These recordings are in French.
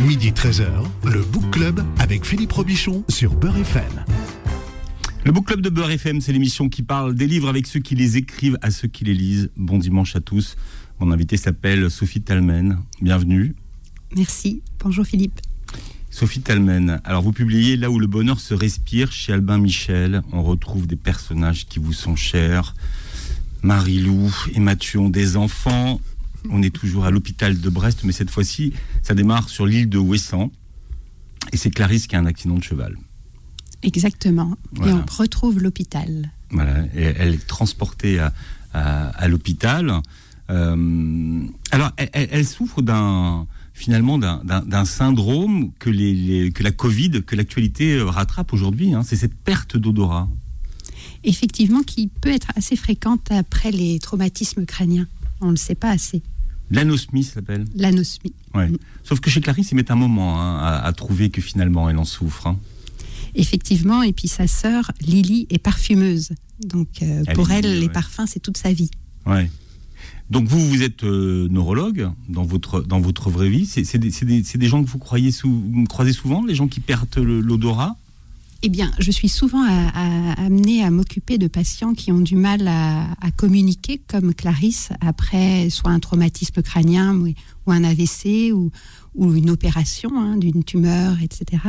Midi 13h, le Book Club avec Philippe Robichon sur Beurre FM. Le Book Club de Beurre FM, c'est l'émission qui parle des livres avec ceux qui les écrivent à ceux qui les lisent. Bon dimanche à tous. Mon invitée s'appelle Sophie Talmen. Bienvenue. Merci. Bonjour Philippe. Sophie Talmen, alors vous publiez Là où le bonheur se respire chez Albin Michel. On retrouve des personnages qui vous sont chers. Marie-Lou et Mathieu ont des enfants. On est toujours à l'hôpital de Brest, mais cette fois-ci, ça démarre sur l'île de Ouessant. Et c'est Clarisse qui a un accident de cheval. Exactement. Voilà. Et on retrouve l'hôpital. Voilà. Et elle est transportée à l'hôpital. Alors, elle souffre d'un syndrome que la Covid, que l'actualité rattrape aujourd'hui. C'est cette perte d'odorat. Effectivement, qui peut être assez fréquente après les traumatismes crâniens. On ne le sait pas assez. L'anosmie, ça s'appelle. L'anosmie. Ouais. Sauf que chez Clarisse, ils mettent un moment à trouver que finalement, elle en souffre. Effectivement, et puis sa sœur, Lily, est parfumeuse. Donc, pour elle, les parfums, c'est toute sa vie. Ouais. Donc, vous êtes neurologue dans votre vraie vie. C'est des gens que vous croisez souvent, les gens qui perdent l'odorat? Eh bien, je suis souvent amenée à m'occuper de patients qui ont du mal à communiquer, comme Clarisse, après soit un traumatisme crânien ou un AVC ou une opération d'une tumeur, etc.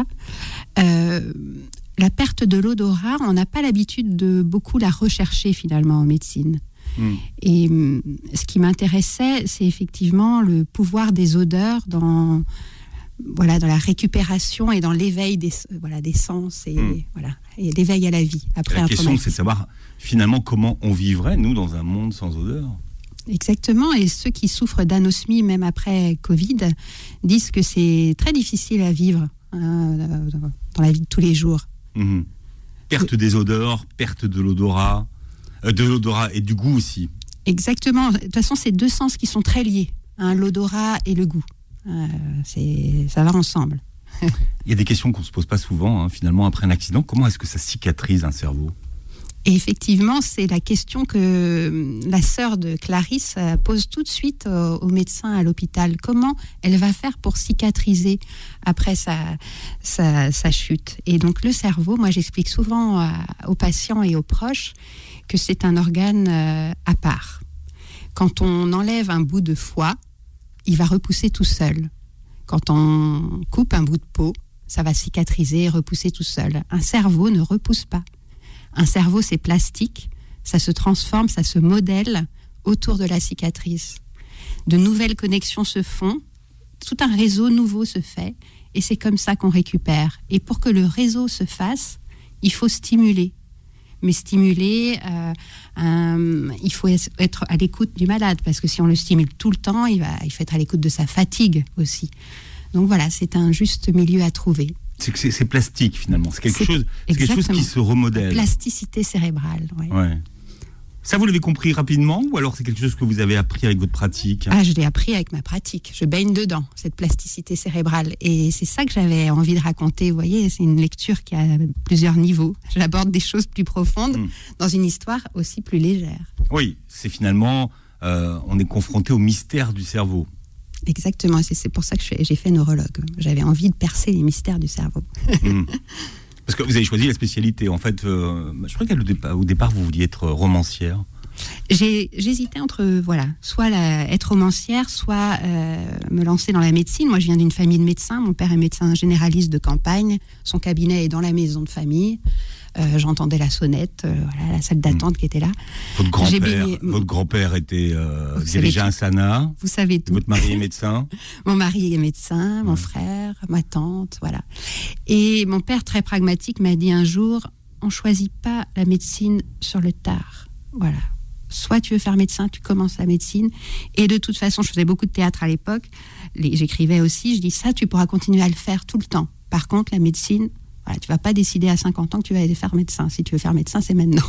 La perte de l'odorat, on n'a pas l'habitude de beaucoup la rechercher finalement en médecine. Et ce qui m'intéressait, c'est effectivement le pouvoir des odeurs dans la récupération et dans l'éveil des sens et l'éveil à la vie. Après la question, c'est de savoir finalement comment on vivrait, nous, dans un monde sans odeur. Exactement, et ceux qui souffrent d'anosmie, même après Covid, disent que c'est très difficile à vivre dans la vie de tous les jours. Perte des odeurs, perte de l'odorat et du goût aussi. Exactement, de toute façon, c'est deux sens qui sont très liés, l'odorat et le goût. Ça va ensemble. Il y a des questions qu'on ne se pose pas souvent, finalement, après un accident. Comment est-ce que ça cicatrise un cerveau? Et effectivement, c'est la question que la sœur de Clarisse pose tout de suite au médecin à l'hôpital. Comment elle va faire pour cicatriser après sa chute? Et donc le cerveau, moi j'explique souvent aux patients et aux proches que c'est un organe à part. Quand on enlève un bout de foie, il va repousser tout seul. Quand on coupe un bout de peau, ça va cicatriser et repousser tout seul. Un cerveau ne repousse pas. Un cerveau, c'est plastique, ça se transforme, ça se modèle autour de la cicatrice. De nouvelles connexions se font, tout un réseau nouveau se fait, et c'est comme ça qu'on récupère. Et pour que le réseau se fasse, il faut stimuler. Mais stimuler, il faut être à l'écoute du malade, parce que si on le stimule tout le temps, il faut être à l'écoute de sa fatigue aussi. Donc voilà, c'est un juste milieu à trouver. C'est plastique finalement, c'est quelque chose qui se remodèle. La plasticité cérébrale, ouais. Ça, vous l'avez compris rapidement, ou alors c'est quelque chose que vous avez appris avec votre pratique? Je l'ai appris avec ma pratique. Je baigne dedans, cette plasticité cérébrale. Et c'est ça que j'avais envie de raconter. Vous voyez, c'est une lecture qui a plusieurs niveaux. J'aborde des choses plus profondes dans une histoire aussi plus légère. Oui, c'est finalement, on est confronté au mystère du cerveau. Exactement, c'est pour ça que j'ai fait neurologue. J'avais envie de percer les mystères du cerveau. Parce que vous avez choisi la spécialité. En fait, je crois qu'au départ, vous vouliez être romancière. J'hésitais entre, soit être romancière, soit me lancer dans la médecine. Moi, je viens d'une famille de médecins. Mon père est médecin généraliste de campagne. Son cabinet est dans la maison de famille. J'entendais la sonnette, la salle d'attente qui était là. Votre grand-père était dirigeait un SANA. Vous savez tout. Votre mari est médecin. Mon mari est médecin, mon frère, ma tante, voilà. Et mon père, très pragmatique, m'a dit un jour, on choisit pas la médecine sur le tard. Voilà. Soit tu veux faire médecin, tu commences la médecine. Et de toute façon, je faisais beaucoup de théâtre à l'époque. J'écrivais aussi. Je dis ça, tu pourras continuer à le faire tout le temps. Par contre, la médecine, tu vas pas décider à 50 ans que tu vas aller faire médecin. Si tu veux faire médecin, c'est maintenant.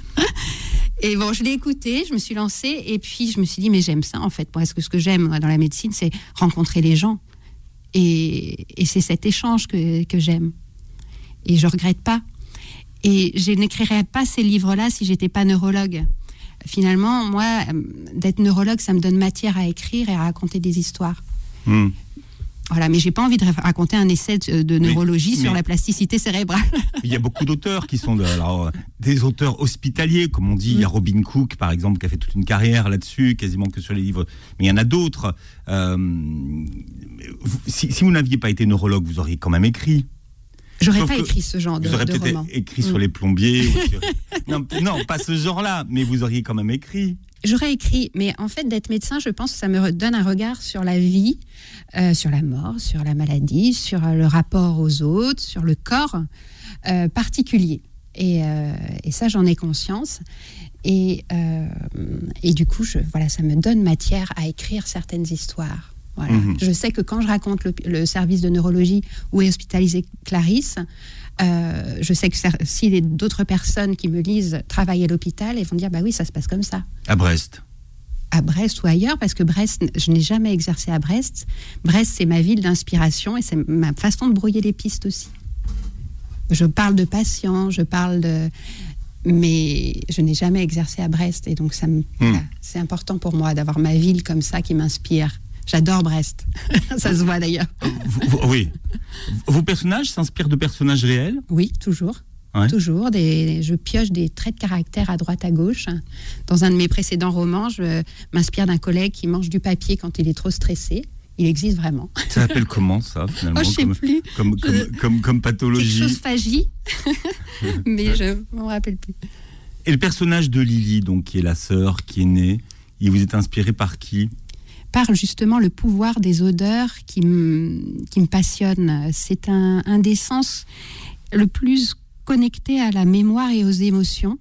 Et bon, je l'ai écouté, je me suis lancée. Et puis, je me suis dit, mais j'aime ça, en fait. Parce que ce que j'aime dans la médecine, c'est rencontrer les gens. Et c'est cet échange que j'aime. Et je regrette pas. Et je n'écrirais pas ces livres-là si j'étais pas neurologue. Finalement, moi, d'être neurologue, ça me donne matière à écrire et à raconter des histoires. Voilà, mais j'ai pas envie de raconter un essai de neurologie sur la plasticité cérébrale. Il y a beaucoup d'auteurs qui sont des auteurs hospitaliers, comme on dit. Il y a Robin Cook, par exemple, qui a fait toute une carrière là-dessus, quasiment que sur les livres. Mais il y en a d'autres. Si vous n'aviez pas été neurologue, vous auriez quand même écrit. J'aurais pas écrit ce genre de roman. Vous auriez peut-être écrit sur les plombiers. Non, pas ce genre-là, mais vous auriez quand même écrit. J'aurais écrit, mais en fait, d'être médecin, je pense que ça me donne un regard sur la vie, sur la mort, sur la maladie, sur le rapport aux autres, sur le corps particulier. Et ça, j'en ai conscience. Et du coup, ça me donne matière à écrire certaines histoires. Voilà. Je sais que quand je raconte le service de neurologie où est hospitalisée Clarisse, je sais que si d'autres personnes qui me lisent travaillent à l'hôpital, elles vont dire bah oui, ça se passe comme ça. À Brest ou ailleurs, parce que Brest, je n'ai jamais exercé à Brest. Brest, c'est ma ville d'inspiration et c'est ma façon de brouiller les pistes aussi. Je parle de patients, mais je n'ai jamais exercé à Brest et donc voilà, c'est important pour moi d'avoir ma ville comme ça qui m'inspire. J'adore Brest. Ça se voit d'ailleurs. Oui. Vos personnages s'inspirent de personnages réels ? Oui, toujours. Ouais. Toujours. Je pioche des traits de caractère à droite, à gauche. Dans un de mes précédents romans, je m'inspire d'un collègue qui mange du papier quand il est trop stressé. Il existe vraiment. Ça s'appelle comment, ça, finalement ? Je ne sais plus. Comme pathologie. Quelque chose phagie. Mais je ne m'en rappelle plus. Et le personnage de Lily, donc, qui est la sœur, qui est née, il vous est inspiré par qui ? Par justement le pouvoir des odeurs qui me passionne. C'est un des sens le plus connecté à la mémoire et aux émotions.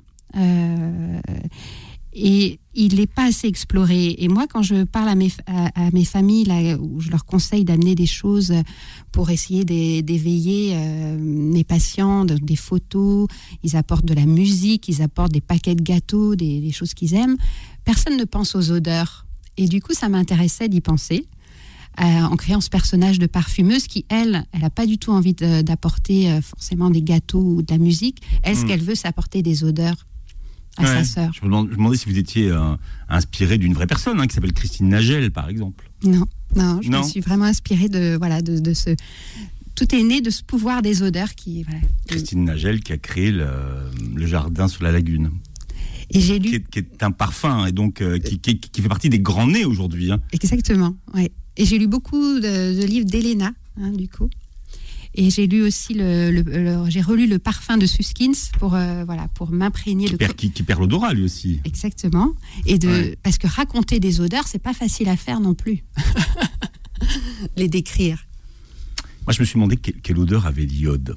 Et il n'est pas assez exploré. Et moi, quand je parle à mes familles, là, où je leur conseille d'amener des choses pour essayer d'éveiller mes patients, des photos, ils apportent de la musique, ils apportent des paquets de gâteaux, des choses qu'ils aiment, personne ne pense aux odeurs. Et du coup, ça m'intéressait d'y penser, en créant ce personnage de parfumeuse qui, elle n'a pas du tout envie d'apporter forcément des gâteaux ou de la musique. Elle, ce qu'elle veut, c'est apporter des odeurs à sa sœur. Je me demandais si vous étiez inspiré d'une vraie personne, qui s'appelle Christine Nagel, par exemple. Non, je me suis vraiment inspirée de ce... Tout est né de ce pouvoir des odeurs qui... Voilà. Christine Nagel qui a créé le jardin sur la lagune. Et j'ai lu... qui est un parfum, et donc qui fait partie des grands nez aujourd'hui. Exactement, ouais. Et j'ai lu beaucoup de livres d'Elena, du coup. Et j'ai lu aussi j'ai relu Le parfum de Suskins pour m'imprégner qui perd l'odorat, lui aussi. Exactement. Parce que raconter des odeurs, c'est pas facile à faire non plus. Les décrire. Moi, je me suis demandé quelle odeur avait l'iode.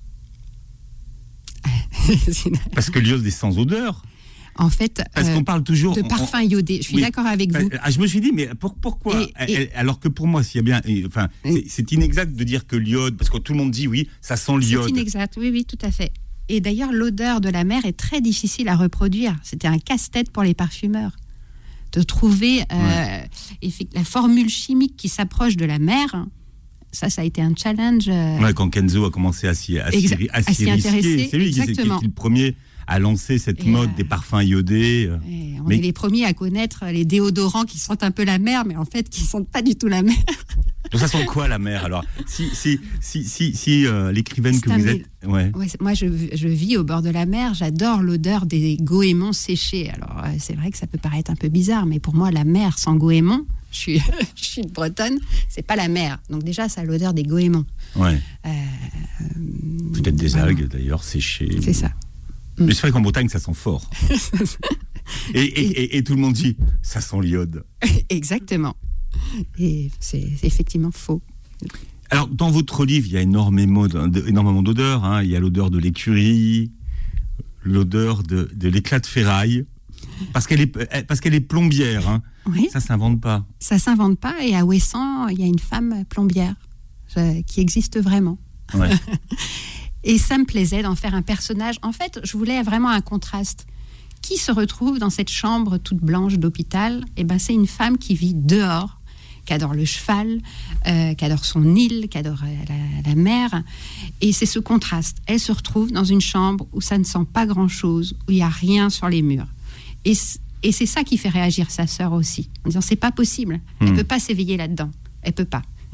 Parce que l'iode est sans odeur. En fait, parce qu'on parle toujours de parfum iodé. Je suis d'accord avec vous. Je me suis dit, mais pourquoi alors que pour moi, s'il y a bien, c'est inexact de dire que l'iode, parce que tout le monde dit oui, ça sent l'iode. C'est inexact, oui, tout à fait. Et d'ailleurs, l'odeur de la mer est très difficile à reproduire. C'était un casse-tête pour les parfumeurs de trouver la formule chimique qui s'approche de la mer. Ça a été un challenge. Quand Kenzo a commencé à s'y intéresser, c'est lui qui est le premier à lancer cette mode des parfums iodés. On est les premiers à connaître les déodorants qui sentent un peu la mer, mais en fait qui ne sentent pas du tout la mer. Donc ça sent quoi la mer alors ? Si l'écrivaine que vous êtes... Moi je vis au bord de la mer, j'adore l'odeur des goémons séchés. Alors c'est vrai que ça peut paraître un peu bizarre, mais pour moi la mer sans goémons, je suis de Bretonne, c'est pas la mer. Donc déjà ça a l'odeur des goémons. Peut-être des algues d'ailleurs séchées. C'est ça. Mais c'est vrai qu'en Bretagne, ça sent fort. et tout le monde dit, ça sent l'iode. Exactement. Et c'est effectivement faux. Alors, dans votre livre, il y a énormément d'odeurs. Il y a l'odeur de l'écurie, l'odeur de l'éclat de ferraille, parce qu'elle est plombière. Oui. Ça s'invente pas. Ça s'invente pas. Et à Ouessant, il y a une femme plombière qui existe vraiment. Ouais. Et ça me plaisait d'en faire un personnage. En fait, je voulais vraiment un contraste. Qui se retrouve dans cette chambre toute blanche d'hôpital ? C'est une femme qui vit dehors, qui adore le cheval, qui adore son île, qui adore la mer. Et c'est ce contraste. Elle se retrouve dans une chambre où ça ne sent pas grand-chose, où il n'y a rien sur les murs. Et c'est ça qui fait réagir sa sœur aussi. En disant, c'est pas possible. Elle ne peut pas s'éveiller là-dedans. Elle ne peut pas.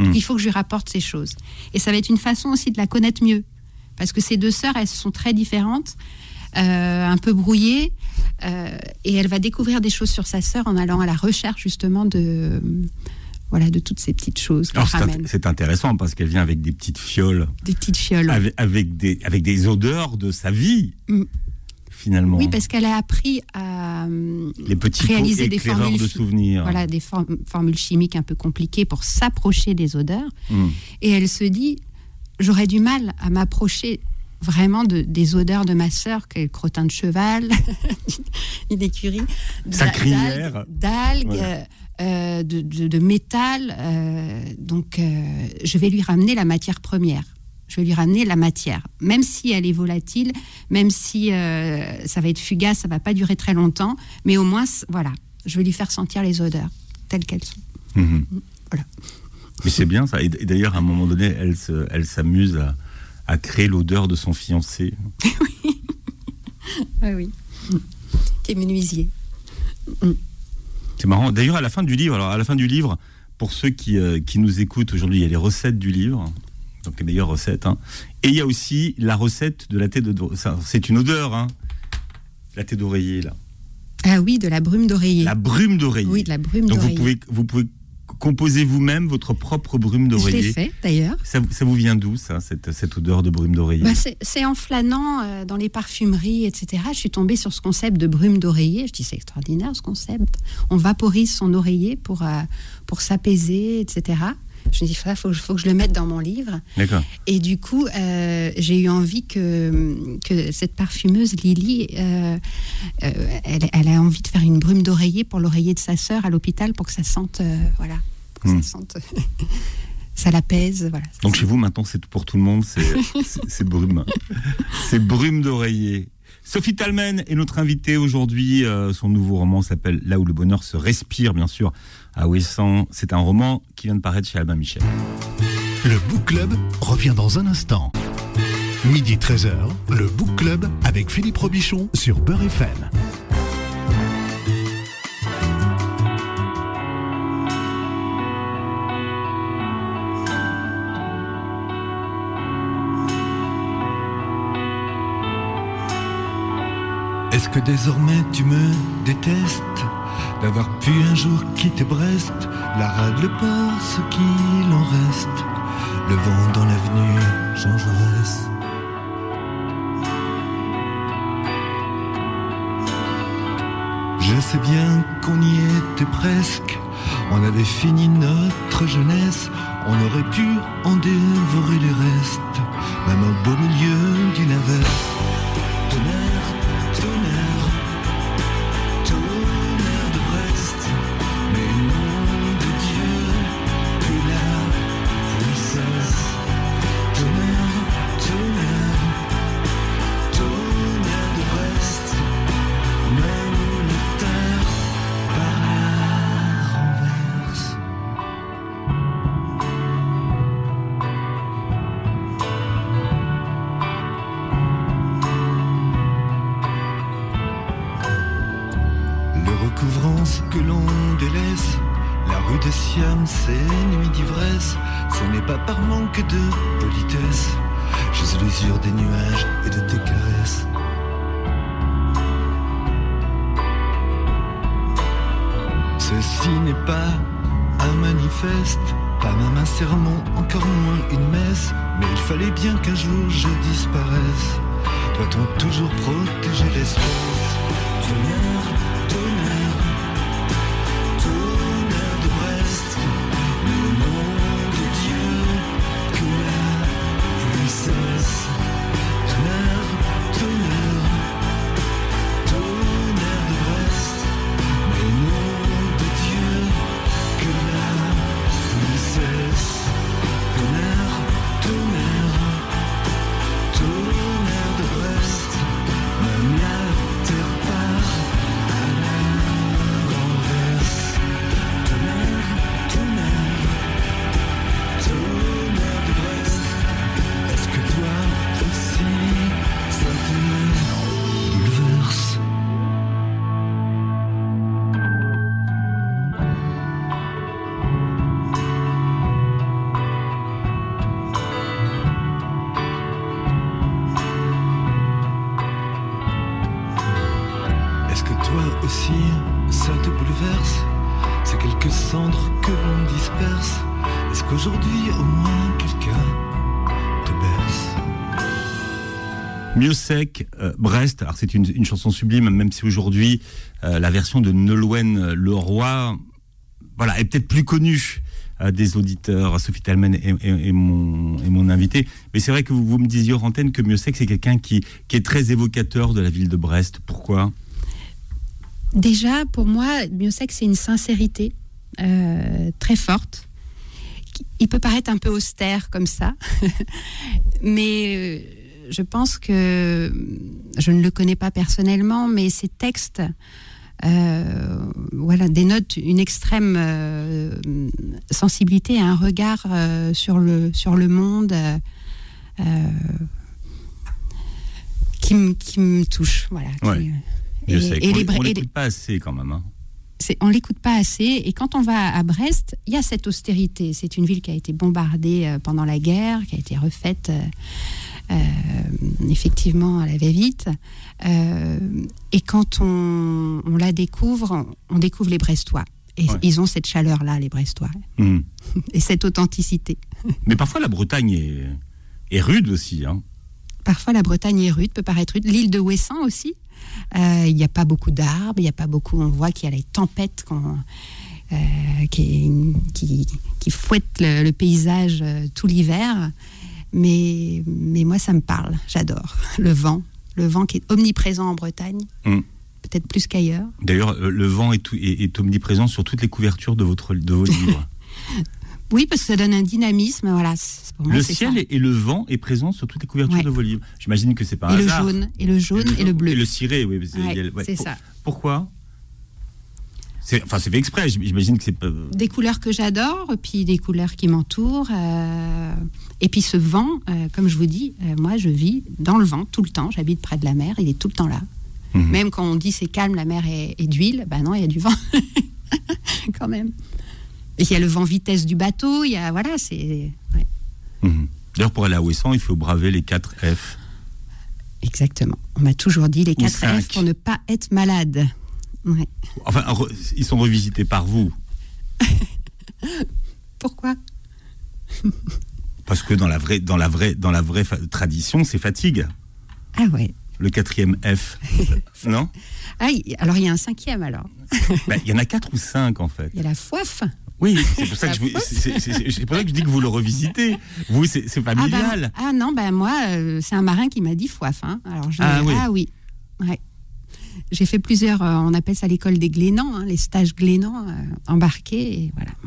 Donc, il faut que je lui rapporte ces choses. Et ça va être une façon aussi de la connaître mieux. Parce que ces deux sœurs, elles sont très différentes, un peu brouillées. Et elle va découvrir des choses sur sa sœur en allant à la recherche, justement, de toutes ces petites choses qu'elle ramène. C'est intéressant parce qu'elle vient avec des petites fioles. Des petites fioles. Avec des odeurs de sa vie, finalement. Oui, parce qu'elle a appris à les petits réaliser des formules de souvenirs. Voilà, des formules chimiques un peu compliquées pour s'approcher des odeurs. Et elle se dit, j'aurais du mal à m'approcher vraiment des odeurs de ma sœur, qu'est le crottin de cheval, une écurie, sa crinière, d'algues, de métal. Donc, je vais lui ramener la matière première. Je vais lui ramener la matière. Même si elle est volatile, même si ça va être fugace, ça ne va pas durer très longtemps, mais au moins, voilà, je vais lui faire sentir les odeurs telles qu'elles sont. Voilà. Mais c'est bien ça. Et d'ailleurs, à un moment donné, elle s'amuse à créer l'odeur de son fiancé. Oui. Qui est menuisier. C'est marrant. D'ailleurs, à la fin du livre, pour ceux qui nous écoutent aujourd'hui, il y a les recettes du livre, donc les meilleures recettes. Et il y a aussi la recette de la thé c'est une odeur, la thé d'oreiller, là. Ah oui, de la brume d'oreiller. La brume d'oreiller. Oui, de la brume d'oreiller. Donc vous pouvez composer vous-même votre propre brume d'oreiller. Je l'ai fait, d'ailleurs. Ça vous vient d'où, ça, cette odeur de brume d'oreiller? C'est en flânant dans les parfumeries, etc. Je suis tombée sur ce concept de brume d'oreiller. Je dis, c'est extraordinaire, ce concept. On vaporise son oreiller pour s'apaiser, etc. Je me dis, il faut que je le mette dans mon livre. D'accord. Et du coup, j'ai eu envie que cette parfumeuse, Lily, elle a envie de faire une brume d'oreiller pour l'oreiller de sa sœur à l'hôpital pour que ça sente, ça l'apaise. Voilà. Donc chez vous, maintenant, c'est pour tout le monde, c'est brume. C'est brume d'oreiller. Sophie Talmen est notre invitée aujourd'hui. Son nouveau roman s'appelle Là où le bonheur se respire, bien sûr, à Ouessant. C'est un roman qui vient de paraître chez Albin Michel. Le Book Club revient dans un instant. Midi 13h, le Book Club avec Philippe Robichon sur Beurre FM. Est-ce que désormais tu me détestes d'avoir pu un jour quitter Brest, la rade, le port, ce qu'il en reste, le vent dans l'avenue Jean Jaurès. Je sais bien qu'on y était presque, on avait fini notre jeunesse, on aurait pu en dévorer les restes, même au beau milieu d'une averse. Tonnerre, tonnerre, tonnerre de Brest, mais nom de Dieu, que la puissance. Tonnerre, tonnerre, tonnerre de Brest, même la terre par la renverse. Recouvrance que l'on délaisse, la rue de Siam, ces nuits d'ivresse, ce n'est pas par manque de politesse, juste l'usure des nuages et de tes caresses. Ceci n'est pas un manifeste, pas même un sermon, encore moins une messe, mais il fallait bien qu'un jour je disparaisse. Doit-on toujours protéger l'espèce? Tonnerre, tonnerre, tonnerre de Brest, le nom de Dieu, que la puissance. Tonnerre, tonnerre, tonnerre de Brest, le nom de Dieu, que la puissance. Tonnerre, tonnerre, tonnerre de Brest, même la terre part à disperse. Est-ce qu'aujourd'hui au moins quelqu'un te berce? Miossec, Brest, alors c'est une chanson sublime, même si aujourd'hui la version de Nolwenn Leroy est peut-être plus connue des auditeurs, Sophie Thalmann et mon invité. Mais c'est vrai que vous me disiez hors antenne que Miossec, c'est quelqu'un qui est très évocateur de la ville de Brest. Pourquoi ? Déjà, pour moi, Miossec, c'est une sincérité très forte. Il peut paraître un peu austère comme ça, mais je pense que, je ne le connais pas personnellement, mais ses textes dénotent une extrême sensibilité et un regard sur le monde qui me touche. Voilà. Ouais. On ne l'écoute pas assez quand même. Hein. On ne l'écoute pas assez. Et quand on va à Brest, il y a cette austérité. C'est une ville qui a été bombardée pendant la guerre, qui a été refaite effectivement à la va-vite. Et quand on la découvre, on découvre les Brestois. Et ils ont cette chaleur-là, les Brestois. Mmh. Et cette authenticité. Mais parfois, la Bretagne est rude aussi. Hein. Parfois, la Bretagne est rude, peut paraître rude. L'île de Ouessant aussi. Il n'y a pas beaucoup d'arbres, il n'y a pas beaucoup. On voit qu'il y a les tempêtes qui fouettent le paysage tout l'hiver. Mais moi, ça me parle. J'adore le vent qui est omniprésent en Bretagne, peut-être plus qu'ailleurs. D'ailleurs, le vent est omniprésent sur toutes les couvertures de vos livres. Oui, parce que ça donne un dynamisme. Voilà, pour moi, le ciel et le vent est présent sur toutes les couvertures de vos livres. J'imagine que c'est pas un hasard. Et le jaune et le bleu. Et le ciré, oui. C'est ça. Pourquoi ? C'est fait exprès, j'imagine que c'est pas... Des couleurs que j'adore, puis des couleurs qui m'entourent. Et puis ce vent, comme je vous dis, moi je vis dans le vent tout le temps. J'habite près de la mer, il est tout le temps là. Mmh. Même quand on dit c'est calme, la mer est d'huile, non, il y a du vent. Quand même. Il y a le vent vitesse du bateau, il y a... Voilà, c'est... Ouais. Mmh. D'ailleurs, pour aller à Ouessant, il faut braver les 4 F. Exactement. On m'a toujours dit les 4 F pour ne pas être malade. Ouais. Enfin, ils sont revisités par vous. Pourquoi ? Parce que dans la vraie tradition, c'est fatigue. Ah ouais. Le 4e F, non ? Ah, alors il y a un 5e alors. Il y en a 4 ou 5 en fait. Il y a la foife. Oui, c'est pour ça que je dis que vous le revisitez. Vous, c'est familial. Moi, c'est un marin qui m'a dit foif. Hein. Alors oui. Ouais. J'ai fait plusieurs, on appelle ça l'école des Glénans, les stages Glénans embarqués. Et voilà.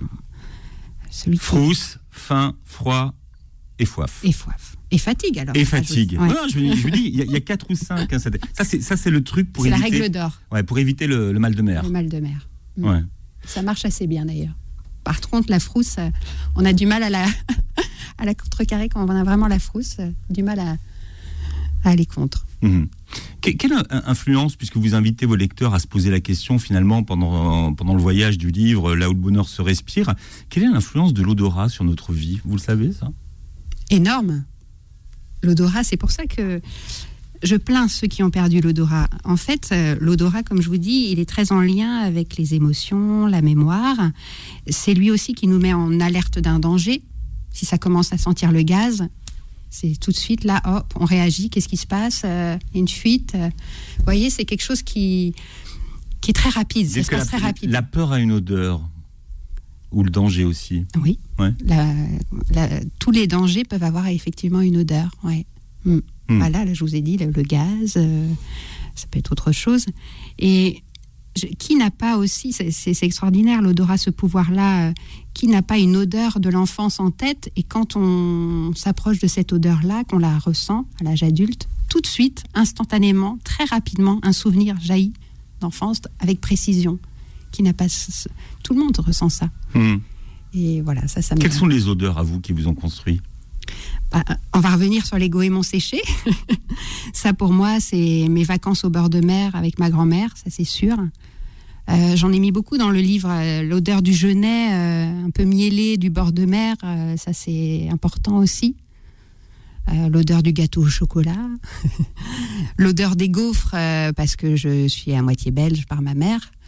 Frousse, faim, froid et foif. Et foif. Et fatigue alors. Et fatigue. Ouais. Non, je vous dis, il y a 4 ou 5. Hein, ça, c'est le truc pour éviter... C'est la règle d'or. Ouais, pour éviter le mal de mer. Le mal de mer. Ouais. Ça marche assez bien d'ailleurs. Par contre, la frousse, on a du mal à la contrecarrer quand on a vraiment la frousse, du mal à aller contre. Mmh. Quelle influence, puisque vous invitez vos lecteurs à se poser la question finalement pendant le voyage du livre, là où le bonheur se respire, quelle est l'influence de l'odorat sur notre vie ? Vous le savez, ça ? Énorme. L'odorat, c'est pour ça que je plains ceux qui ont perdu l'odorat. En fait, l'odorat, comme je vous dis, il est très en lien avec les émotions, la mémoire. C'est lui aussi qui nous met en alerte d'un danger. Si ça commence à sentir le gaz, c'est tout de suite là, hop, on réagit. Qu'est-ce qui se passe ? Il y a une fuite. Vous voyez, c'est quelque chose qui est très rapide. Ça se passe très rapide. La peur a une odeur. Ou le danger aussi. Oui. Ouais. Tous les dangers peuvent avoir effectivement une odeur. Ouais. Voilà, là, je vous ai dit, le gaz, ça peut être autre chose. Et qui n'a pas aussi, c'est extraordinaire, l'odorat, ce pouvoir-là, qui n'a pas une odeur de l'enfance en tête, et quand on s'approche de cette odeur-là, qu'on la ressent à l'âge adulte, tout de suite, instantanément, très rapidement, un souvenir jaillit d'enfance avec précision, qui n'a pas... Tout le monde ressent ça. Et voilà, ça me... Quelles sont les odeurs, à vous, qui vous ont construit ? On va revenir sur les goémons séchés. Ça, pour moi, c'est mes vacances au bord de mer avec ma grand-mère, ça c'est sûr. J'en ai mis beaucoup dans le livre. L'odeur du genêt, un peu mielé du bord de mer, ça c'est important aussi. L'odeur du gâteau au chocolat. L'odeur des gaufres, parce que je suis à moitié belge par ma mère.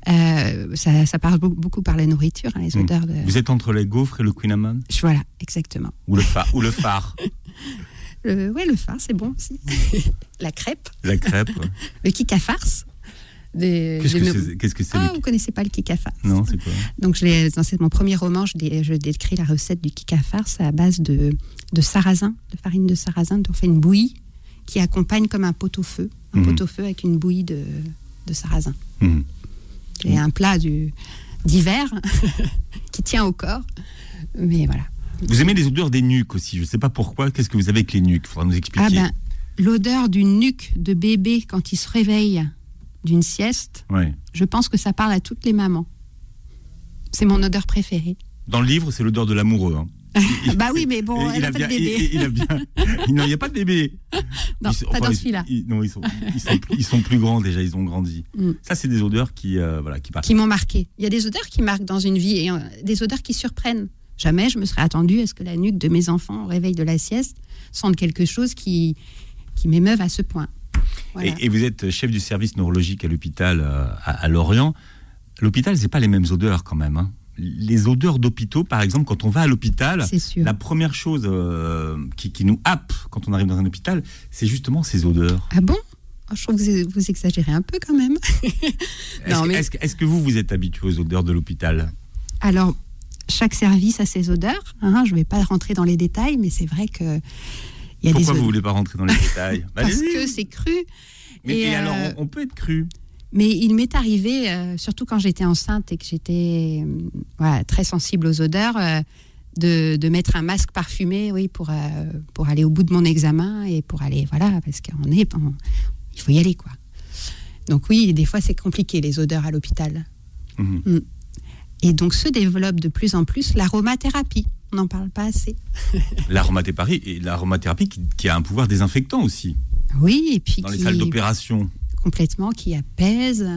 Ça passe beaucoup par la nourriture, hein, les odeurs de... Vous êtes entre les gaufres et le Queen Amman ? Voilà, exactement. Ou le phare. Le phare, c'est bon aussi. La crêpe. La crêpe. Le kika farce. Qu'est-ce que c'est vous ne connaissez pas le kika farce? Non, c'est quoi? Donc, dans mon premier roman, je décris la recette du kika farce à base de sarrasin, de farine de sarrasin. On fait une bouillie qui accompagne comme un pot-au-feu. Un pot-au-feu avec une bouillie de sarrasin. C'est un plat d'hiver qui tient au corps. Mais voilà. Vous aimez les odeurs des nuques aussi. Je ne sais pas pourquoi. Qu'est-ce que vous avez avec les nuques? Il faudra nous expliquer. L'odeur d'une nuque de bébé quand il se réveille d'une sieste, je pense que ça parle à toutes les mamans. C'est mon odeur préférée. Dans le livre, c'est l'odeur de l'amoureux. Hein. Oui, mais bon, il n'y a pas de bébé. Non, il n'y a pas de bébé. Non, pas dans celui-là. Ils sont plus grands déjà, ils ont grandi. Ça, c'est des odeurs qui parlent. Qui m'ont marqué. Il y a des odeurs qui marquent dans une vie et des odeurs qui surprennent. Jamais je me serais attendue à ce que la nuque de mes enfants au réveil de la sieste sente quelque chose qui m'émeuve à ce point. Voilà. Et vous êtes chef du service neurologique à l'hôpital à Lorient. L'hôpital, c'est pas les mêmes odeurs quand même. Hein. Les odeurs d'hôpitaux, par exemple, quand on va à l'hôpital, la première chose qui nous happe quand on arrive dans un hôpital, c'est justement ces odeurs. Ah bon? Je trouve que vous exagérez un peu quand même. Est-ce que vous êtes habitué aux odeurs de l'hôpital? Alors, chaque service a ses odeurs. Hein, je ne vais pas rentrer dans les détails, mais c'est vrai que... Pourquoi vous ne voulez pas rentrer dans les détails? Parce que c'est cru. Et alors, on peut être cru. Mais il m'est arrivé, surtout quand j'étais enceinte et que j'étais très sensible aux odeurs, de mettre un masque parfumé, pour aller au bout de mon examen et pour aller, parce il faut y aller, quoi. Donc oui, des fois c'est compliqué les odeurs à l'hôpital. Et donc se développe de plus en plus l'aromathérapie. On n'en parle pas assez. L'aromathérapie qui a un pouvoir désinfectant aussi. Oui, et puis dans les salles d'opération. Complètement, qui apaise,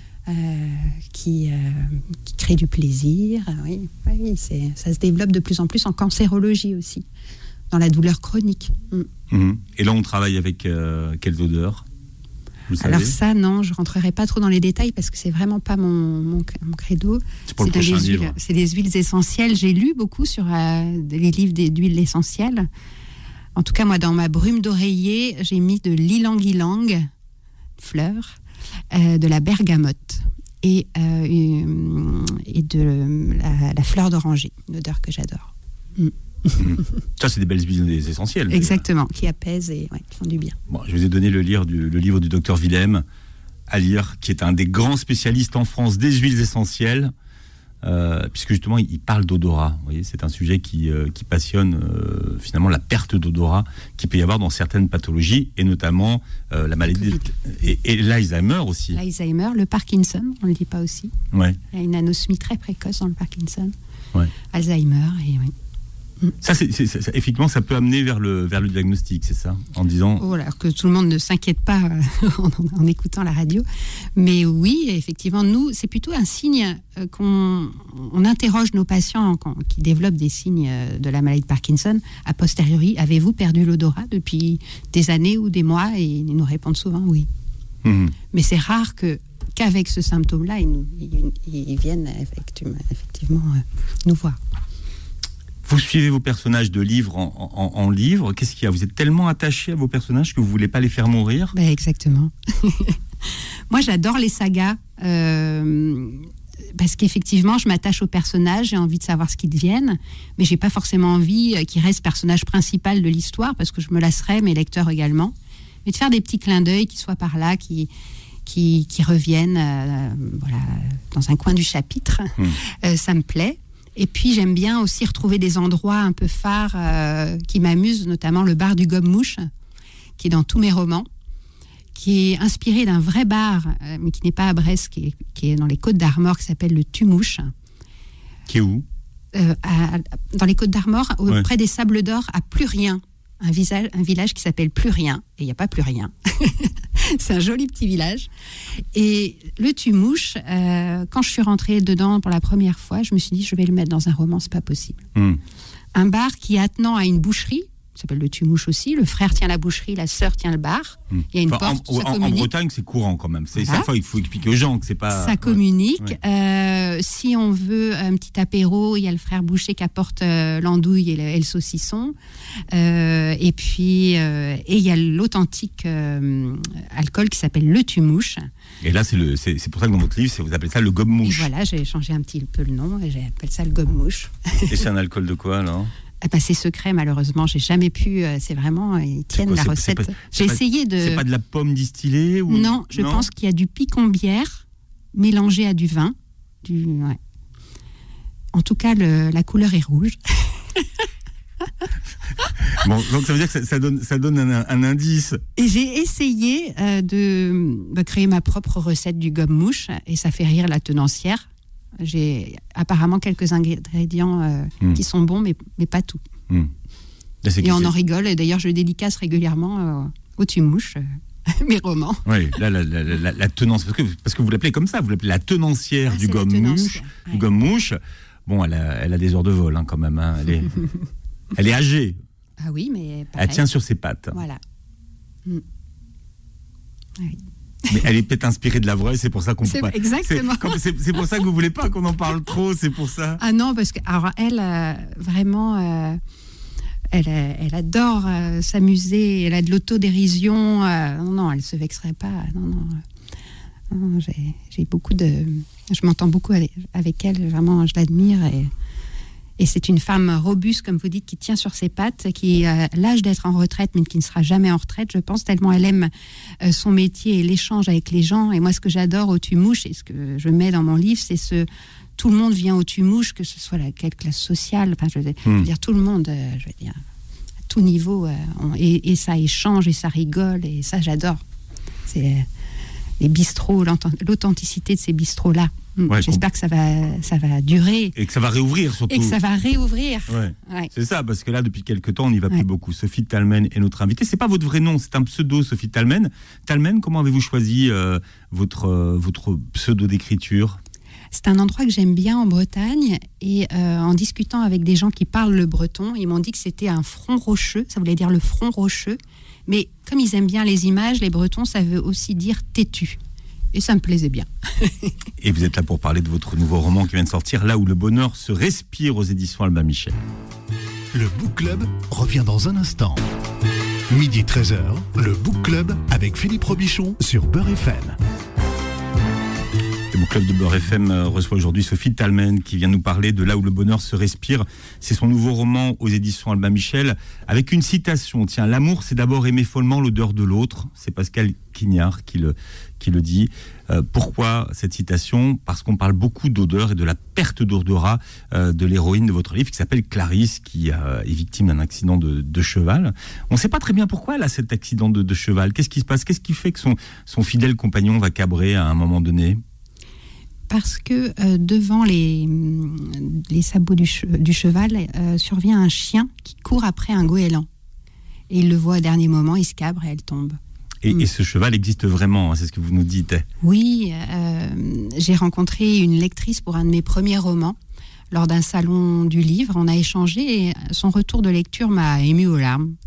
qui crée du plaisir. Oui, ça se développe de plus en plus en cancérologie aussi, dans la douleur chronique. Et là, on travaille avec quelles odeurs? Alors ça, non, je ne rentrerai pas trop dans les détails parce que c'est vraiment pas mon credo. C'est pour le prochain livre. C'est des huiles essentielles. J'ai lu beaucoup sur les livres d'huiles essentielles. En tout cas, moi, dans ma brume d'oreiller, j'ai mis de l'ylang-ylang, fleur, de la bergamote et de la fleur d'oranger, une odeur que j'adore. Ça, c'est des belles huiles essentielles. Exactement, qui apaisent et qui font du bien. Bon, je vous ai donné le livre du docteur Willem à lire, qui est un des grands spécialistes en France des huiles essentielles, puisque justement, il parle d'odorat. Vous voyez, c'est un sujet qui passionne finalement la perte d'odorat qu'il peut y avoir dans certaines pathologies, et notamment la maladie et l'Alzheimer aussi. L'Alzheimer, le Parkinson, on ne le dit pas aussi. Ouais. Il y a une anosmie très précoce dans le Parkinson. Ouais. Alzheimer, et oui. Ça, effectivement, ça peut amener vers le diagnostic, c'est ça? En disant... alors que tout le monde ne s'inquiète pas en écoutant la radio. Mais oui, effectivement, nous, c'est plutôt un signe qu'on interroge nos patients qui développent des signes de la maladie de Parkinson. A posteriori, avez-vous perdu l'odorat depuis des années ou des mois? Et ils nous répondent souvent oui. Mais c'est rare qu'avec ce symptôme-là, ils viennent effectivement nous voir. Vous suivez vos personnages de livre en livre. Qu'est-ce qu'il y a? Vous êtes tellement attaché à vos personnages que vous ne voulez pas les faire mourir? Exactement. Moi, j'adore les sagas parce qu'effectivement, je m'attache aux personnages, j'ai envie de savoir ce qu'ils deviennent, mais je n'ai pas forcément envie qu'ils restent personnage principal de l'histoire parce que je me lasserais, mes lecteurs également. Mais de faire des petits clins d'œil qui soient par là, qui reviennent dans un coin du chapitre, ça me plaît. Et puis, j'aime bien aussi retrouver des endroits un peu phares qui m'amusent, notamment le bar du Gobe-Mouche, qui est dans tous mes romans, qui est inspiré d'un vrai bar, mais qui n'est pas à Brest, qui est dans les Côtes d'Armor, qui s'appelle le Tumouche. Qui est où? Dans les Côtes d'Armor, près des Sables d'Or, à Plurien. Un village qui s'appelle Plurien, et il n'y a pas plus rien. C'est un joli petit village. Et le Tumouche, quand je suis rentrée dedans pour la première fois, je me suis dit, je vais le mettre dans un roman, c'est pas possible. Un bar qui, attenant à une boucherie, Ça s'appelle le tue-mouche aussi. Le frère tient la boucherie, la sœur tient le bar. Il y a une porte, ça communique. En Bretagne, c'est courant quand même. Voilà. Il faut expliquer aux gens que c'est pas... Ça communique. Ouais. Si on veut un petit apéro, il y a le frère boucher qui apporte l'andouille et le saucisson. Et puis, il y a l'authentique alcool qui s'appelle le tue-mouche. Et là, c'est pour ça que dans votre livre, vous appelez ça le gobe-mouche. Et voilà, j'ai changé un petit peu le nom et j'appelle ça le gobe-mouche. Et c'est un alcool de quoi, alors ? C'est secret, malheureusement, j'ai jamais pu. C'est vraiment, ils tiennent la recette. J'ai essayé de. C'est pas de la pomme distillée ou... Non, je pense qu'il y a du picon-bière mélangé à du vin. Ouais. En tout cas, la couleur est rouge. Bon, donc ça veut dire que ça donne un indice. Et j'ai essayé de créer ma propre recette du gobe-mouche et ça fait rire la tenancière. J'ai apparemment quelques ingrédients qui sont bons, mais pas tout. Et on en rigole. Et d'ailleurs, je dédicace régulièrement au tue-mouche mes romans. Oui, là, la tenancière, parce que vous l'appelez comme ça, vous l'appelez la tenancière du gobe-mouche. Ouais. Du gobe-mouche. Bon, elle a des heures de vol quand même. Hein. Elle est âgée. Ah oui, mais pareil. Elle tient sur ses pattes. Voilà. Oui. Mais elle est peut-être inspirée de la vraie, c'est pour ça qu'on peut pas. Exactement. C'est pour ça que vous voulez pas qu'on en parle trop, c'est pour ça. Ah non, parce que alors elle vraiment, elle adore s'amuser, elle a de l'autodérision. Non, elle se vexerait pas. Non, j'ai beaucoup je m'entends beaucoup avec elle. Vraiment, je l'admire et c'est une femme robuste, comme vous dites, qui tient sur ses pattes, qui a l'âge d'être en retraite, mais qui ne sera jamais en retraite, je pense, tellement elle aime son métier et l'échange avec les gens. Et moi, ce que j'adore au tue-mouche, et ce que je mets dans mon livre, c'est tout le monde vient au tue-mouche, que ce soit quelle classe sociale, enfin, je veux dire, tout le monde, je veux dire, à tout niveau, et ça échange, et ça rigole, et ça, j'adore. C'est les bistrots, l'authenticité de ces bistrots-là. Ouais, j'espère que ça va durer. Et que ça va réouvrir surtout. Et que ça va réouvrir. Ouais. C'est ça, parce que là, depuis quelques temps, on n'y va plus beaucoup. Sophie Talmen est notre invitée. C'est pas votre vrai nom, c'est un pseudo, Sophie Talmen. Talmen, comment avez-vous choisi votre pseudo d'écriture ? C'est un endroit que j'aime bien en Bretagne. Et en discutant avec des gens qui parlent le breton, ils m'ont dit que c'était un front rocheux. Ça voulait dire le front rocheux. Mais comme ils aiment bien les images, les Bretons, ça veut aussi dire têtu. Et ça me plaisait bien. Et vous êtes là pour parler de votre nouveau roman qui vient de sortir, Là où le bonheur se respire, aux éditions Albin Michel. Le Book Club revient dans un instant. Midi 13h, le Book Club avec Philippe Robichon sur Beurre FM. Le Book Club de Beurre FM reçoit aujourd'hui Sophie Talmen qui vient nous parler de Là où le bonheur se respire. C'est son nouveau roman aux éditions Albin Michel avec une citation. Tiens, l'amour, c'est d'abord aimer follement l'odeur de l'autre. C'est Pascal Quignard qui le dit. Pourquoi cette citation ? Parce qu'on parle beaucoup d'odeur et de la perte d'odorat de l'héroïne de votre livre qui s'appelle Clarisse, qui est victime d'un accident de cheval. On ne sait pas très bien pourquoi elle a cet accident de cheval. Qu'est-ce qui se passe ? Qu'est-ce qui fait que son fidèle compagnon va cabrer à un moment donné ? Parce que devant les sabots du cheval survient un chien qui court après un goéland. Et il le voit au dernier moment, il se cabre et elle tombe. Et ce cheval existe vraiment, hein, c'est ce que vous nous dites. Oui, j'ai rencontré une lectrice pour un de mes premiers romans lors d'un salon du livre. On a échangé et son retour de lecture m'a émue aux larmes.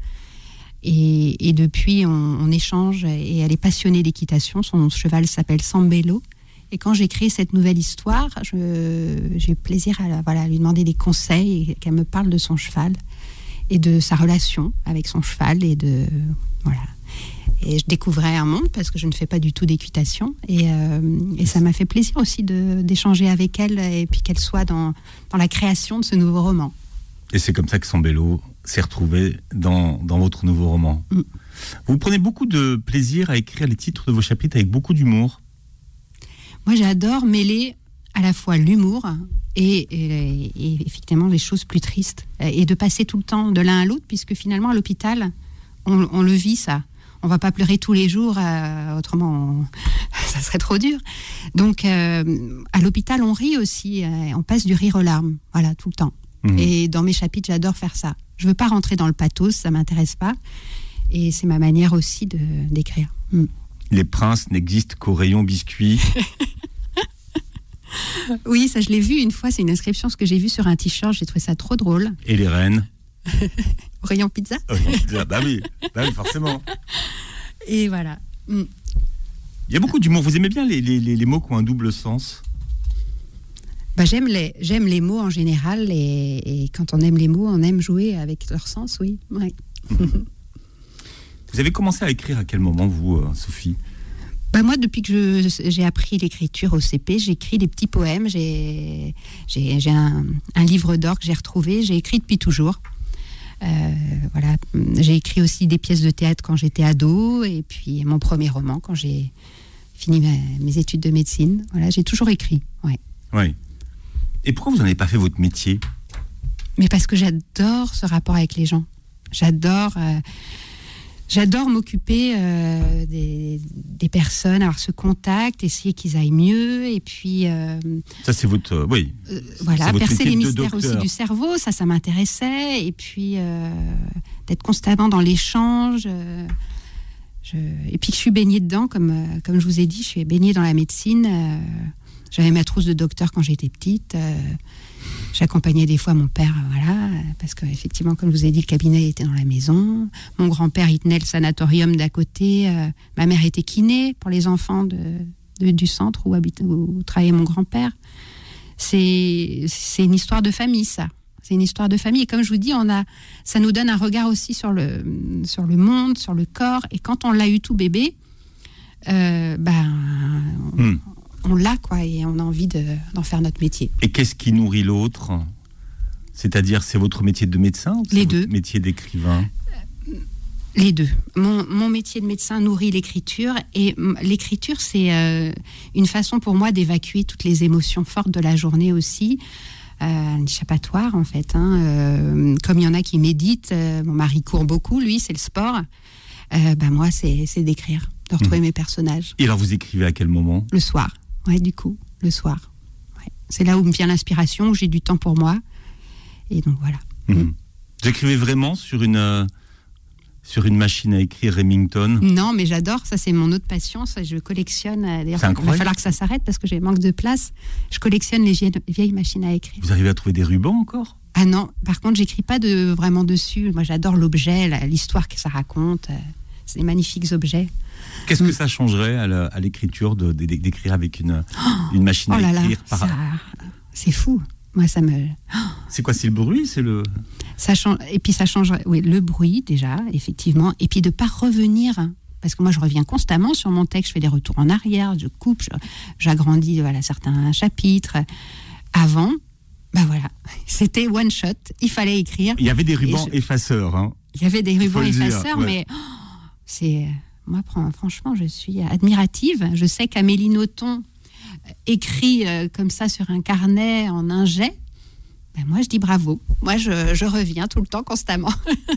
Et depuis, on échange et elle est passionnée d'équitation. Son cheval s'appelle Sambello. Et quand j'ai créé cette nouvelle histoire, j'ai eu plaisir à lui demander des conseils et qu'elle me parle de son cheval et de sa relation avec son cheval et voilà. Et je découvrais un monde parce que je ne fais pas du tout d'équitation et ça m'a fait plaisir aussi d'échanger avec elle et puis qu'elle soit dans la création de ce nouveau roman. Et c'est comme ça que Sambello s'est retrouvé dans votre nouveau roman. Vous prenez beaucoup de plaisir à écrire les titres de vos chapitres avec beaucoup d'humour. Moi, j'adore mêler à la fois l'humour et effectivement les choses plus tristes et de passer tout le temps de l'un à l'autre puisque finalement à l'hôpital, on le vit ça. On ne va pas pleurer tous les jours, autrement ça serait trop dur. Donc à l'hôpital, on rit aussi, on passe du rire aux larmes, voilà, tout le temps. Et dans mes chapitres, j'adore faire ça. Je ne veux pas rentrer dans le pathos, ça ne m'intéresse pas. Et c'est ma manière aussi d'écrire. Les princes n'existent qu'au rayon biscuits. Oui, ça je l'ai vu une fois, c'est une inscription, ce que j'ai vu sur un t-shirt, j'ai trouvé ça trop drôle. Et les reines ? Au rayon pizza. Bah oui, forcément. Et voilà. Il y a beaucoup d'humour. Vous aimez bien les mots qui ont un double sens? J'aime les mots en général, et quand on aime les mots, on aime jouer avec leur sens, oui. Ouais. Vous avez commencé à écrire à quel moment, vous, Sophie? Moi, depuis que j'ai appris l'écriture au CP, j'écris des petits poèmes. J'ai un livre d'or que j'ai retrouvé. J'ai écrit depuis toujours. Voilà. J'ai écrit aussi des pièces de théâtre quand j'étais ado, et puis mon premier roman quand j'ai fini mes études de médecine. Voilà, j'ai toujours écrit. Ouais. Oui. Et pourquoi vous n'en avez pas fait votre métier? Mais parce que j'adore ce rapport avec les gens. J'adore m'occuper des personnes, avoir ce contact, essayer qu'ils aillent mieux, et puis ça c'est votre voilà, c'est percer les mystères aussi du cerveau, ça m'intéressait, et puis d'être constamment dans l'échange. Et puis je suis baignée dedans, comme je vous ai dit, je suis baignée dans la médecine. J'avais ma trousse de docteur quand j'étais petite. J'accompagnais des fois mon père, voilà, parce qu'effectivement, comme je vous ai dit, le cabinet était dans la maison. Mon grand-père, il tenait le sanatorium d'à côté. Ma mère était kiné pour les enfants du centre où travaillait mon grand-père. C'est une histoire de famille, ça. C'est une histoire de famille. Et comme je vous dis, ça nous donne un regard aussi sur le monde, sur le corps. Et quand on l'a eu tout bébé, on l'a, quoi, et on a envie d'en faire notre métier. Et qu'est-ce qui nourrit l'autre? C'est-à-dire, c'est votre métier de médecin ou les deux. Votre métier d'écrivain? Les deux. Mon métier de médecin nourrit l'écriture, et l'écriture, c'est une façon pour moi d'évacuer toutes les émotions fortes de la journée aussi. Un échappatoire, en fait. Comme il y en a qui méditent, mon mari court beaucoup, lui, c'est le sport. Moi, c'est d'écrire, de retrouver mes personnages. Et alors, vous écrivez à quel moment? Le soir. Ouais, du coup, le soir. Ouais. C'est là où me vient l'inspiration, où j'ai du temps pour moi. Et donc, voilà. Vous écrivez vraiment sur une machine à écrire Remington? Non, mais j'adore. Ça, c'est mon autre passion. Ça, je collectionne. D'ailleurs, il va falloir que ça s'arrête parce que j'ai manque de place. Je collectionne les vieilles machines à écrire. Vous arrivez à trouver des rubans encore? Ah non, par contre, j'écris pas vraiment dessus. Moi, j'adore l'objet, l'histoire que ça raconte. C'est des magnifiques objets. Qu'est-ce que ça changerait à l'écriture d'écrire avec une machine à écrire? C'est fou. Moi, ça me... C'est quoi? C'est le bruit? Ça change. Et puis ça change, oui, le bruit déjà, effectivement. Et puis de ne pas revenir. Parce que moi, je reviens constamment sur mon texte. Je fais des retours en arrière, je coupe, j'agrandis certains chapitres. Avant, voilà, c'était one shot. Il fallait écrire. Il y avait des rubans effaceurs. Il y avait des rubans effaceurs, mais moi, franchement, je suis admirative. Je sais qu'Amélie Nothomb écrit comme ça sur un carnet en un jet. Moi, je dis bravo. Moi, je reviens tout le temps, constamment.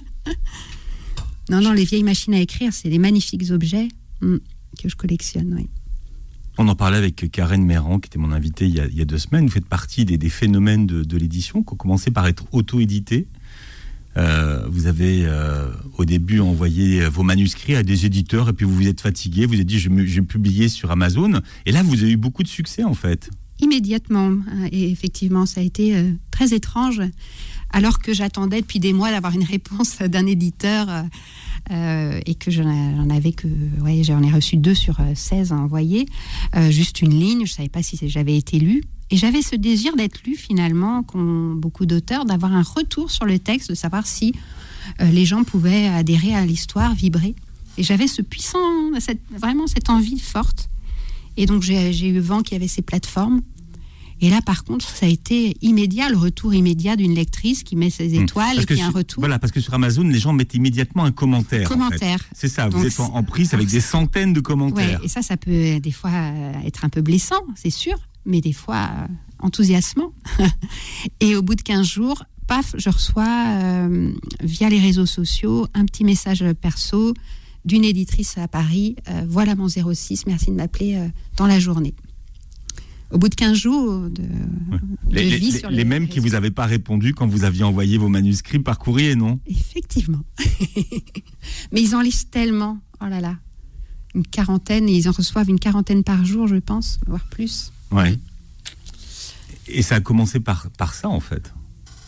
Non, les vieilles machines à écrire, c'est des magnifiques objets que je collectionne, oui. On en parlait avec Karen Méran, qui était mon invitée il y a 2 semaines. Vous faites partie des phénomènes de l'édition qui ont commencé par être auto-édités. Vous avez au début envoyé vos manuscrits à des éditeurs, et puis vous vous êtes fatigué, vous avez dit je vais publier sur Amazon, et là vous avez eu beaucoup de succès en fait. Immédiatement, et effectivement ça a été très étrange, alors que j'attendais depuis des mois d'avoir une réponse d'un éditeur, et que j'en ai reçu 2 sur 16 à envoyer, juste une ligne, je ne savais pas si j'avais été lue. Et j'avais ce désir d'être lue finalement, qu'ont beaucoup d'auteurs, d'avoir un retour sur le texte, de savoir si les gens pouvaient adhérer à l'histoire, vibrer. Et j'avais vraiment cette envie forte. Et donc j'ai eu vent qu'il y avait ces plateformes. Et là, par contre, ça a été immédiat, le retour immédiat d'une lectrice qui met ses étoiles et qui a un retour. Voilà, parce que sur Amazon, les gens mettent immédiatement un commentaire. En fait. C'est ça, vous êtes en prise avec des centaines de commentaires. Ouais, et ça peut des fois être un peu blessant, c'est sûr, mais des fois enthousiasmant. Et au bout de 15 jours, paf, je reçois via les réseaux sociaux un petit message perso d'une éditrice à Paris. Voilà mon 06, merci de m'appeler dans la journée. Au bout de 15 jours de vie sur les mêmes qui vous avaient pas répondu quand vous aviez envoyé vos manuscrits par courrier, non? Effectivement. Mais ils en lisent tellement. Oh là là. Une quarantaine, et ils en reçoivent une quarantaine par jour, je pense, voire plus. Ouais. Et ça a commencé par ça, en fait.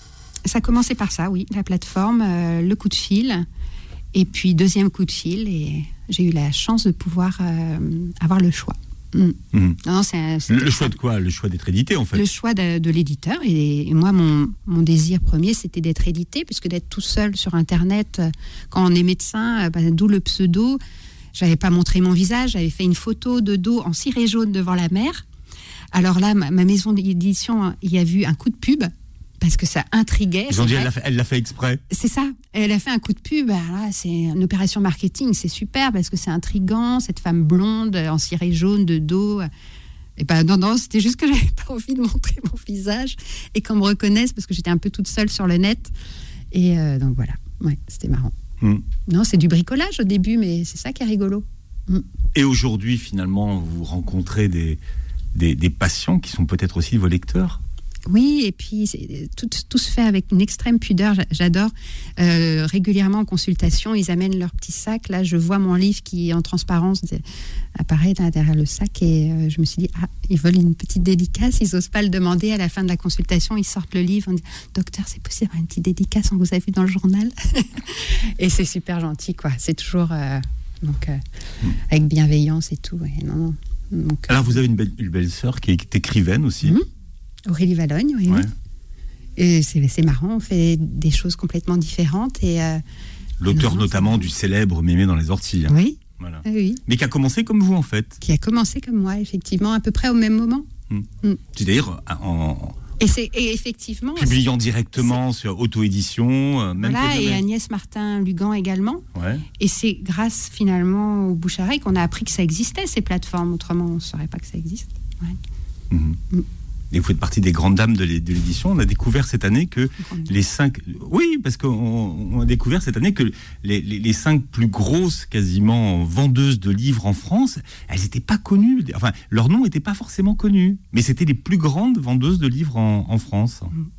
Ça a commencé par ça, oui, la plateforme, le coup de fil, et puis deuxième coup de fil, et j'ai eu la chance de pouvoir avoir le choix. Non, le choix de quoi? Le choix d'être édité, en fait. Le choix de l'éditeur, et moi, mon désir premier, c'était d'être édité, puisque d'être tout seul sur Internet, quand on est médecin, d'où le pseudo, j'avais pas montré mon visage, j'avais fait une photo de dos en ciré jaune devant la mer. Alors là, ma maison d'édition y a vu un coup de pub, parce que ça intriguait. Ils ont dit, elle l'a fait exprès. C'est ça. Elle a fait un coup de pub. Là, c'est une opération marketing. C'est super parce que c'est intriguant. Cette femme blonde en ciré jaune de dos. Et non, c'était juste que j'avais pas envie de montrer mon visage et qu'on me reconnaisse parce que j'étais un peu toute seule sur le net. Et donc voilà. Ouais, c'était marrant. Non, c'est du bricolage au début, mais c'est ça qui est rigolo. Et aujourd'hui, finalement, vous rencontrez des patients qui sont peut-être aussi vos lecteurs? Oui, et puis tout se fait avec une extrême pudeur. J'adore. Régulièrement en consultation, ils amènent leur petit sac. Là, je vois mon livre qui, en transparence, apparaît derrière le sac. Et je me suis dit, ils veulent une petite dédicace. Ils n'osent pas le demander. À la fin de la consultation, ils sortent le livre. On dit, docteur, c'est possible d'avoir une petite dédicace? On vous a vu dans le journal. Et c'est super gentil, quoi. C'est toujours avec bienveillance et tout. Ouais, non. Donc, alors, vous avez une belle sœur qui est écrivaine aussi. Aurélie Valogne, oui. Et c'est marrant, on fait des choses complètement différentes. Et l'auteur notamment du célèbre Mémé dans les orties. Oui. Voilà. Oui. Mais qui a commencé comme vous, en fait. Qui a commencé comme moi, effectivement, à peu près au même moment. C'est-à-dire et effectivement... publiant directement sur auto-édition. Voilà, et Agnès Martin-Lugan également. Ouais. Et c'est grâce, finalement, au Bouche-à-Oreille qu'on a appris que ça existait, ces plateformes. Autrement, on ne saurait pas que ça existe. Ouais. Et vous faites partie des grandes dames de l'édition. On a découvert cette année que les 5... Oui, parce qu'on a découvert cette année que les 5 plus grosses, quasiment, vendeuses de livres en France, elles n'étaient pas connues. Enfin, leur nom n'était pas forcément connu. Mais c'était les plus grandes vendeuses de livres en France.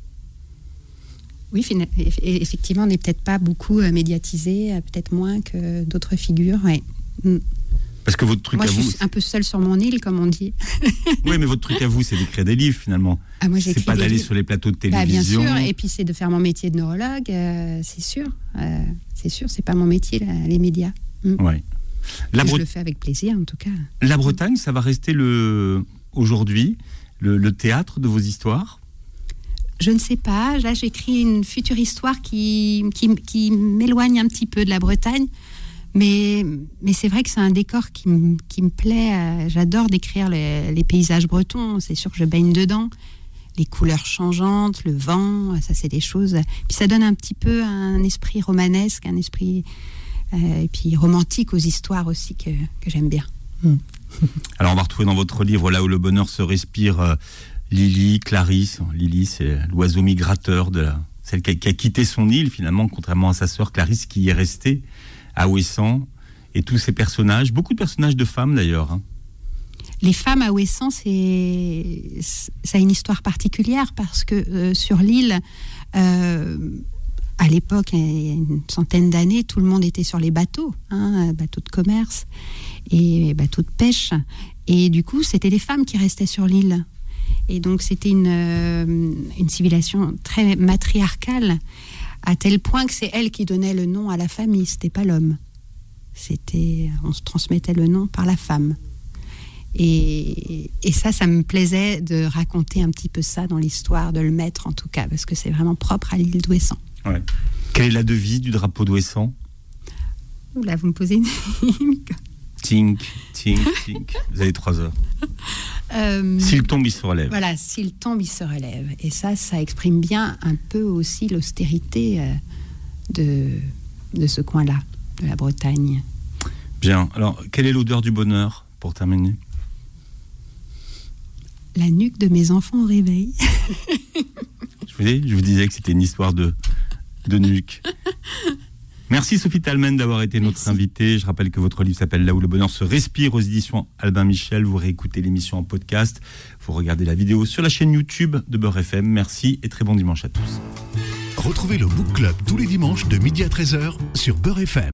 Oui, effectivement, on n'est peut-être pas beaucoup médiatisé, peut-être moins que d'autres figures. Ouais. Parce que votre truc moi, à vous... je suis un peu seule sur mon île, comme on dit. Oui, mais votre truc à vous, c'est d'écrire des livres, finalement. Moi, c'est pas d'aller sur les plateaux de télévision. Bien sûr, et puis c'est de faire mon métier de neurologue, c'est sûr. C'est sûr, c'est pas mon métier, les médias. Ouais. Je le fais avec plaisir, en tout cas. La Bretagne, ça va rester aujourd'hui le théâtre de vos histoires? Je ne sais pas. Là, j'écris une future histoire qui m'éloigne un petit peu de la Bretagne. Mais c'est vrai que c'est un décor qui me plaît. J'adore décrire les paysages bretons. C'est sûr que je baigne dedans. Les couleurs changeantes, le vent, ça c'est des choses. Puis ça donne un petit peu un esprit romanesque, un esprit et puis romantique aux histoires aussi que j'aime bien. Alors on va retrouver dans votre livre Là où le bonheur se respire Lily, Clarisse. Lily, c'est l'oiseau migrateur celle qui a quitté son île finalement, contrairement à sa sœur Clarisse qui y est restée à Ouessant, et tous ces personnages, beaucoup de personnages de femmes d'ailleurs. Les femmes à Ouessant, ça a une histoire particulière parce que sur l'île, à l'époque, il y a une centaine d'années, tout le monde était sur les bateaux, bateaux de commerce et bateaux de pêche. Et du coup, c'était les femmes qui restaient sur l'île. Et donc, c'était une civilisation très matriarcale, à tel point que c'est elle qui donnait le nom à la famille, c'était pas l'homme. On se transmettait le nom par la femme. Et ça me plaisait de raconter un petit peu ça dans l'histoire, de le mettre en tout cas, parce que c'est vraiment propre à l'île d'Ouessant. Ouais. Quelle est la devise du drapeau d'Ouessant? Oula, vous me posez une... Tink, tink, tink. Vous avez 3 heures. S'il tombe, il se relève. Voilà, s'il tombe, il se relève. Et ça exprime bien un peu aussi l'austérité de ce coin-là, de la Bretagne. Bien. Alors, quelle est l'odeur du bonheur, pour terminer? La nuque de mes enfants au réveil. Je vous disais que c'était une histoire de nuque. Merci Sophie Talmen d'avoir été notre invitée. Je rappelle que votre livre s'appelle Là où le bonheur se respire aux éditions Albin Michel. Vous réécoutez l'émission en podcast. Vous regardez la vidéo sur la chaîne YouTube de Beurre FM. Merci et très bon dimanche à tous. Retrouvez le Book Club tous les dimanches de midi à 13h sur Beurre FM.